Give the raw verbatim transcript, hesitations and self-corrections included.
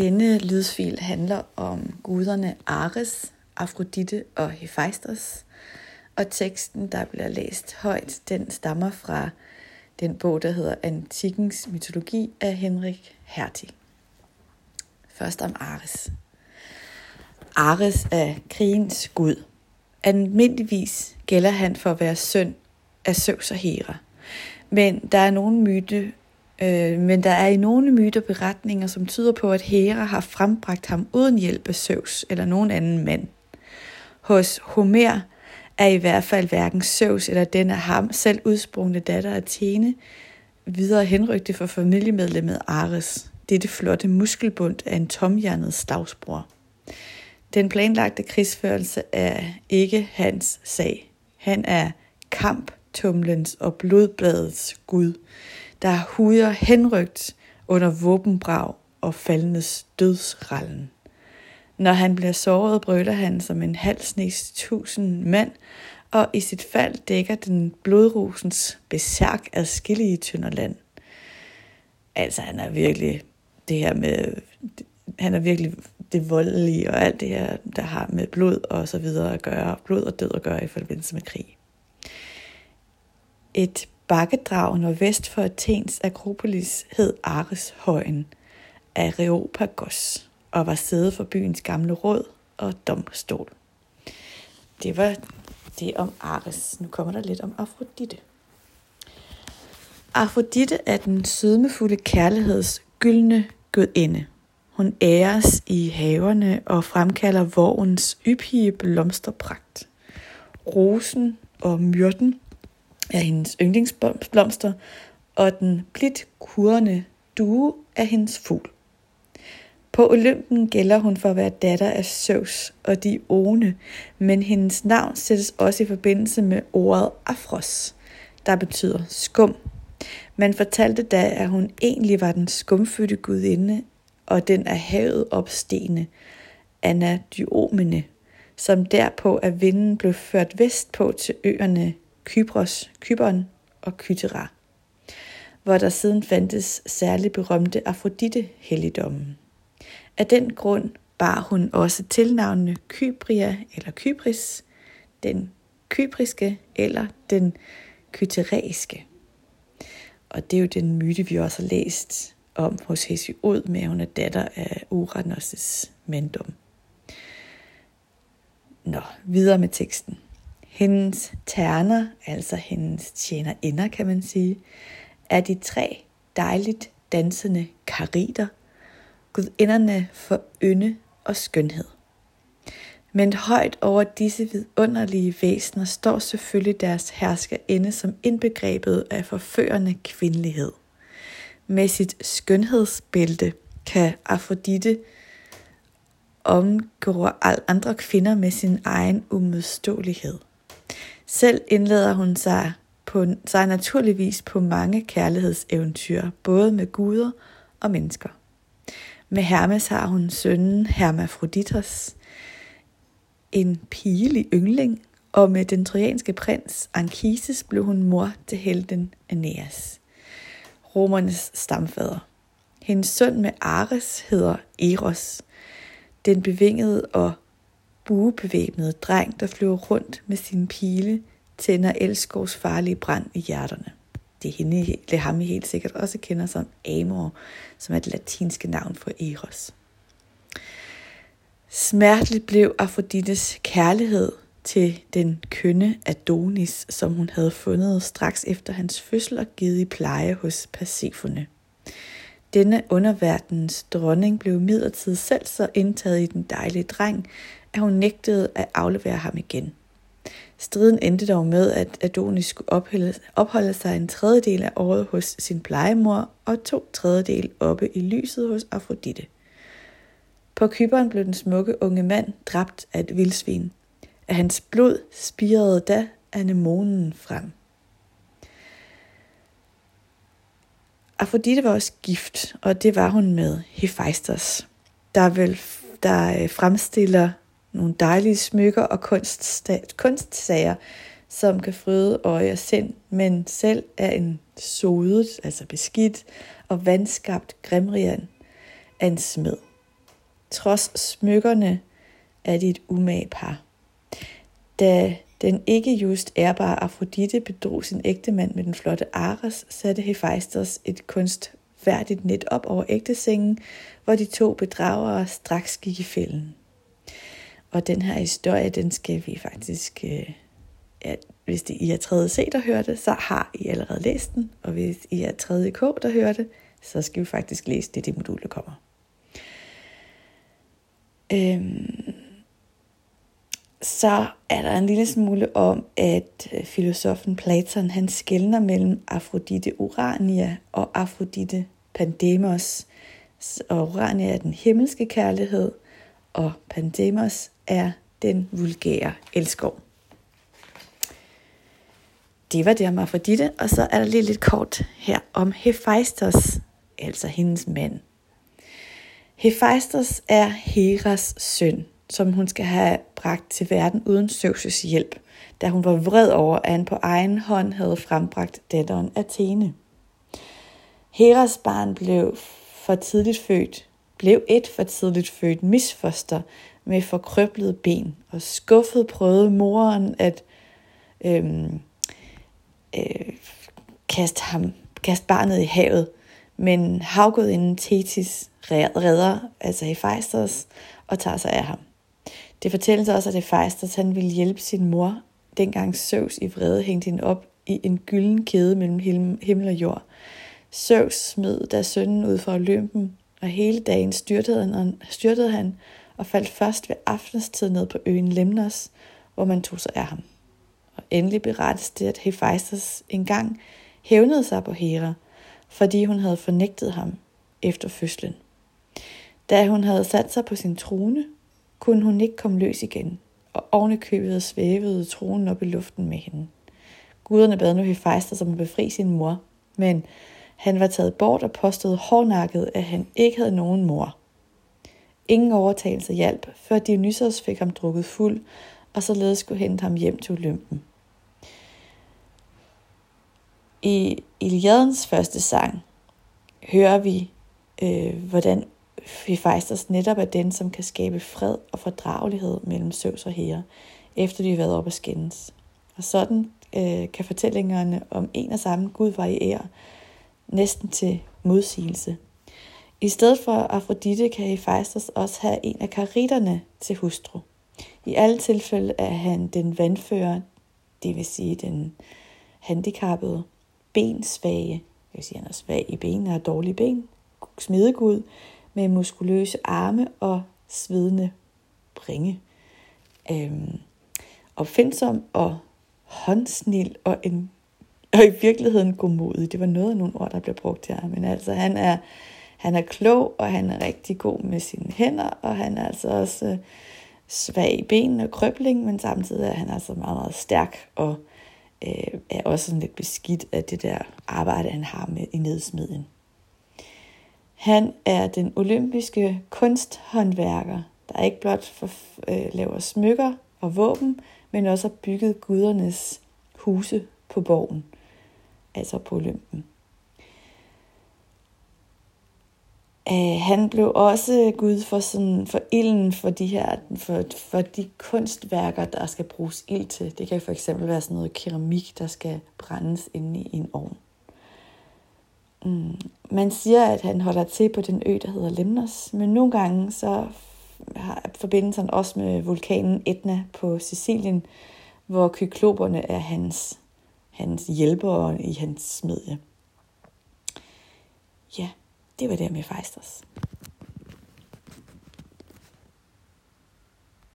Denne lydsfil handler om guderne Ares, Afrodite og Hephaistos, og teksten, der bliver læst højt, den stammer fra den bog, der hedder Antikkens mytologi af Henrik Hertie. Først om Ares. Ares er krigens gud. Almindeligvis gælder han for at være søn af Zeus og Hera. Men der er nogle myte, øh, men der er i nogle myter beretninger, som tyder på, at Hera har frembragt ham uden hjælp af Zeus eller nogen anden mand. Hos Homer er i hvert fald hverken Zeus eller den af ham selv udsprungne datter Athene videre henrygte for familiemedlemmet Ares. Dette flotte muskelbund af en tomhjernet slagsbror. Den planlagte krigsførelse er ikke hans sag. Han er kamptumlens og blodbadets gud, der hujer henrygt under våbenbrag og faldendes dødsrallen. Når han bliver såret, brøler han som en halv snes tusind mand, og i sit fald dækker den blodrusens besærk adskillige tynderland. Altså han er virkelig det her med, han er virkelig det voldelige og alt det her, der har med blod og så videre at gøre, blod og død at gøre i forbindelse med krig. Et bakkedrag nordvest for Athens Akropolis hed Areshøjen Areopagos og var sæde for byens gamle råd og domstol. Det var det om Ares. Nu kommer der lidt om Afrodite. Afrodite er den sødmefulde kærligheds gyldne gudinde. Hun æres i haverne og fremkalder vårens yppige blomsterpragt. Rosen og myrten er hendes yndlingsblomster, og den blidt kurrende due er hendes fugl. På Olympen gælder hun for at være datter af Zeus og Dione, men hendes navn sættes også i forbindelse med ordet Afros, der betyder skum. Man fortalte da, at hun egentlig var den skumfødte gudinde og den af havet opstigende Anadyomene, som derpå af vinden blev ført vestpå til øerne Kypros, Kypern og Kythera, hvor der siden fandtes særligt berømte Afrodite-helligdommen. Af den grund bar hun også tilnavnene Kybria eller Kybris, den kypriske eller den kytheræiske. Og det er jo den myte, vi også har læst om hos Hesiod, med at hun er datter af Uranos' manddom. Nå, videre med teksten. Hendes terner, altså hendes tjenerinder, kan man sige, er de tre dejligt dansende karitter, gudinderne for ynde og skønhed. Men højt over disse vidunderlige væsener står selvfølgelig deres herskerinde som indbegrebet af forførende kvindelighed. Med sit skønhedsbælte kan Afrodite omgå andre kvinder med sin egen umodståelighed. Selv indlader hun sig, på, sig naturligvis på mange kærlighedseventyr, både med guder og mennesker. Med Hermes har hun sønnen Hermafroditos, en pigelig yngling, og med den trojanske prins Anchises blev hun mor til helten Aeneas, romernes stamfader. Hendes søn med Ares hedder Eros, den bevingede og buebevæbnede dreng, der flyver rundt med sine pile, tænder elskovs farlige brand i hjerterne. Det er, hende, det er ham, I helt sikkert også kender som Amor, som er det latinske navn for Eros. Smerteligt blev Afrodites kærlighed til den kønne Adonis, som hun havde fundet straks efter hans fødsel og givet i pleje hos Persefone. Denne underverdenens dronning blev midlertid selv så indtaget i den dejlige dreng, at hun nægtede at aflevere ham igen. Striden endte dog med, at Adonis skulle opholde, opholde sig en tredjedel af året hos sin plejemor og to tredjedel oppe i lyset hos Afrodite. På Kypern blev den smukke unge mand dræbt af et vildsvin. Af hans blod spirede da anemonen frem. Afrodite var også gift, og det var hun med Hephaistos, der, vel, der fremstiller nogle dejlige smykker og kunstsager, som kan fryde øje og sind, men selv er en sodet, altså beskidt og vandskabt Grimrian af en smed. Trods smykkerne er de et umage par. Da den ikke just ærbare Afrodite bedrog sin ægtemand med den flotte Ares, satte Hephaistos et kunstværdigt net op over ægtesengen, hvor de to bedragere straks gik i fælden. Og den her historie, den skal vi faktisk, øh, ja, hvis I er tredje C, der hører det, så har I allerede læst den. Og hvis I er tredje K, der hører det, så skal vi faktisk læse det, det modul, der kommer. Øhm, så er der en lille smule om, at filosofen Platon, han skelner mellem Afrodite Urania og Afrodite Pandemos. Og Urania er den himmelske kærlighed, og Pandemos er den vulgære elskov. Det var det om Afrodite, og så er der lige lidt kort her om Hephaistos, altså hendes mand. Hephaistos er Heras søn, som hun skal have bragt til verden uden Zeus' hjælp, da hun var vred over, at han på egen hånd havde frembragt datteren Athene. Heras barn blev for tidligt født, blev et for tidligt født misfoster med forkrøblede ben, og skuffet prøvede moren at øhm, øh, kaste, ham, kaste barnet i havet, men havgudinden Thetis redder altså Hephaistos og tager sig af ham. Det fortælles også, at Hephaistos han ville hjælpe sin mor, dengang Zeus i vrede hængte hende op i en gylden kæde mellem himmel og jord. Zeus smed da sønnen ud fra Olympen, og hele dagen styrtede han, styrtede han og faldt først ved aftenstid ned på øen Lemnos, hvor man tog sig af ham. Og endelig berettes det, at Hephaistos engang hævnede sig på Hera, fordi hun havde fornægtet ham efter fødslen. Da hun havde sat sig på sin trone, kunne hun ikke komme løs igen, og ovenikøbet svævede tronen op i luften med hende. Guderne bad nu Hephaistos om at befri sin mor, men han var taget bort og påstod hårdnakket, at han ikke havde nogen mor. Ingen overtagelse hjalp, før Dionysos fik ham drukket fuld, og således skulle hente ham hjem til Olympen. I Iliadens første sang hører vi, øh, hvordan Hephaistos netop er den, som kan skabe fred og fordragelighed mellem Zeus og Hera, efter de har været oppe at skændes. Og sådan øh, kan fortællingerne om en og samme Gud variere næsten til modsigelse. I stedet for Afrodite kan Hephaistos også have en af karitterne til hustru. I alle tilfælde er han den vandfører, det vil sige den handicappede, bensvage, det vil sige han er svag i benene og har dårlige ben, smedegud med muskuløse arme og svedende bringe. Øhm, opfindsom og håndsnil og, en, og i virkeligheden godmodig. Det var noget af nogle ord, der blev brugt her. Men altså han er, han er klog, og han er rigtig god med sine hænder, og han er altså også øh, svag i benene og krøbling, men samtidig er han altså meget, meget stærk og øh, er også sådan lidt beskidt af det der arbejde, han har med i nedsmedjen. Han er den olympiske kunsthåndværker, der ikke blot for, øh, laver smykker og våben, men også har bygget gudernes huse på borgen, altså på Olympen. Uh, han blev også gud for, sådan, for ilden, for de her, for, for de kunstværker, der skal bruges ild til. Det kan for eksempel være sådan noget keramik, der skal brændes inde i en ovn. Mm. Man siger, at han holder til på den ø, der hedder Lemnos, men nogle gange så forbindes han også med vulkanen Etna på Sicilien, hvor kykloperne er hans, hans hjælpere i hans smedje. Ja, det var det med Hephaistos.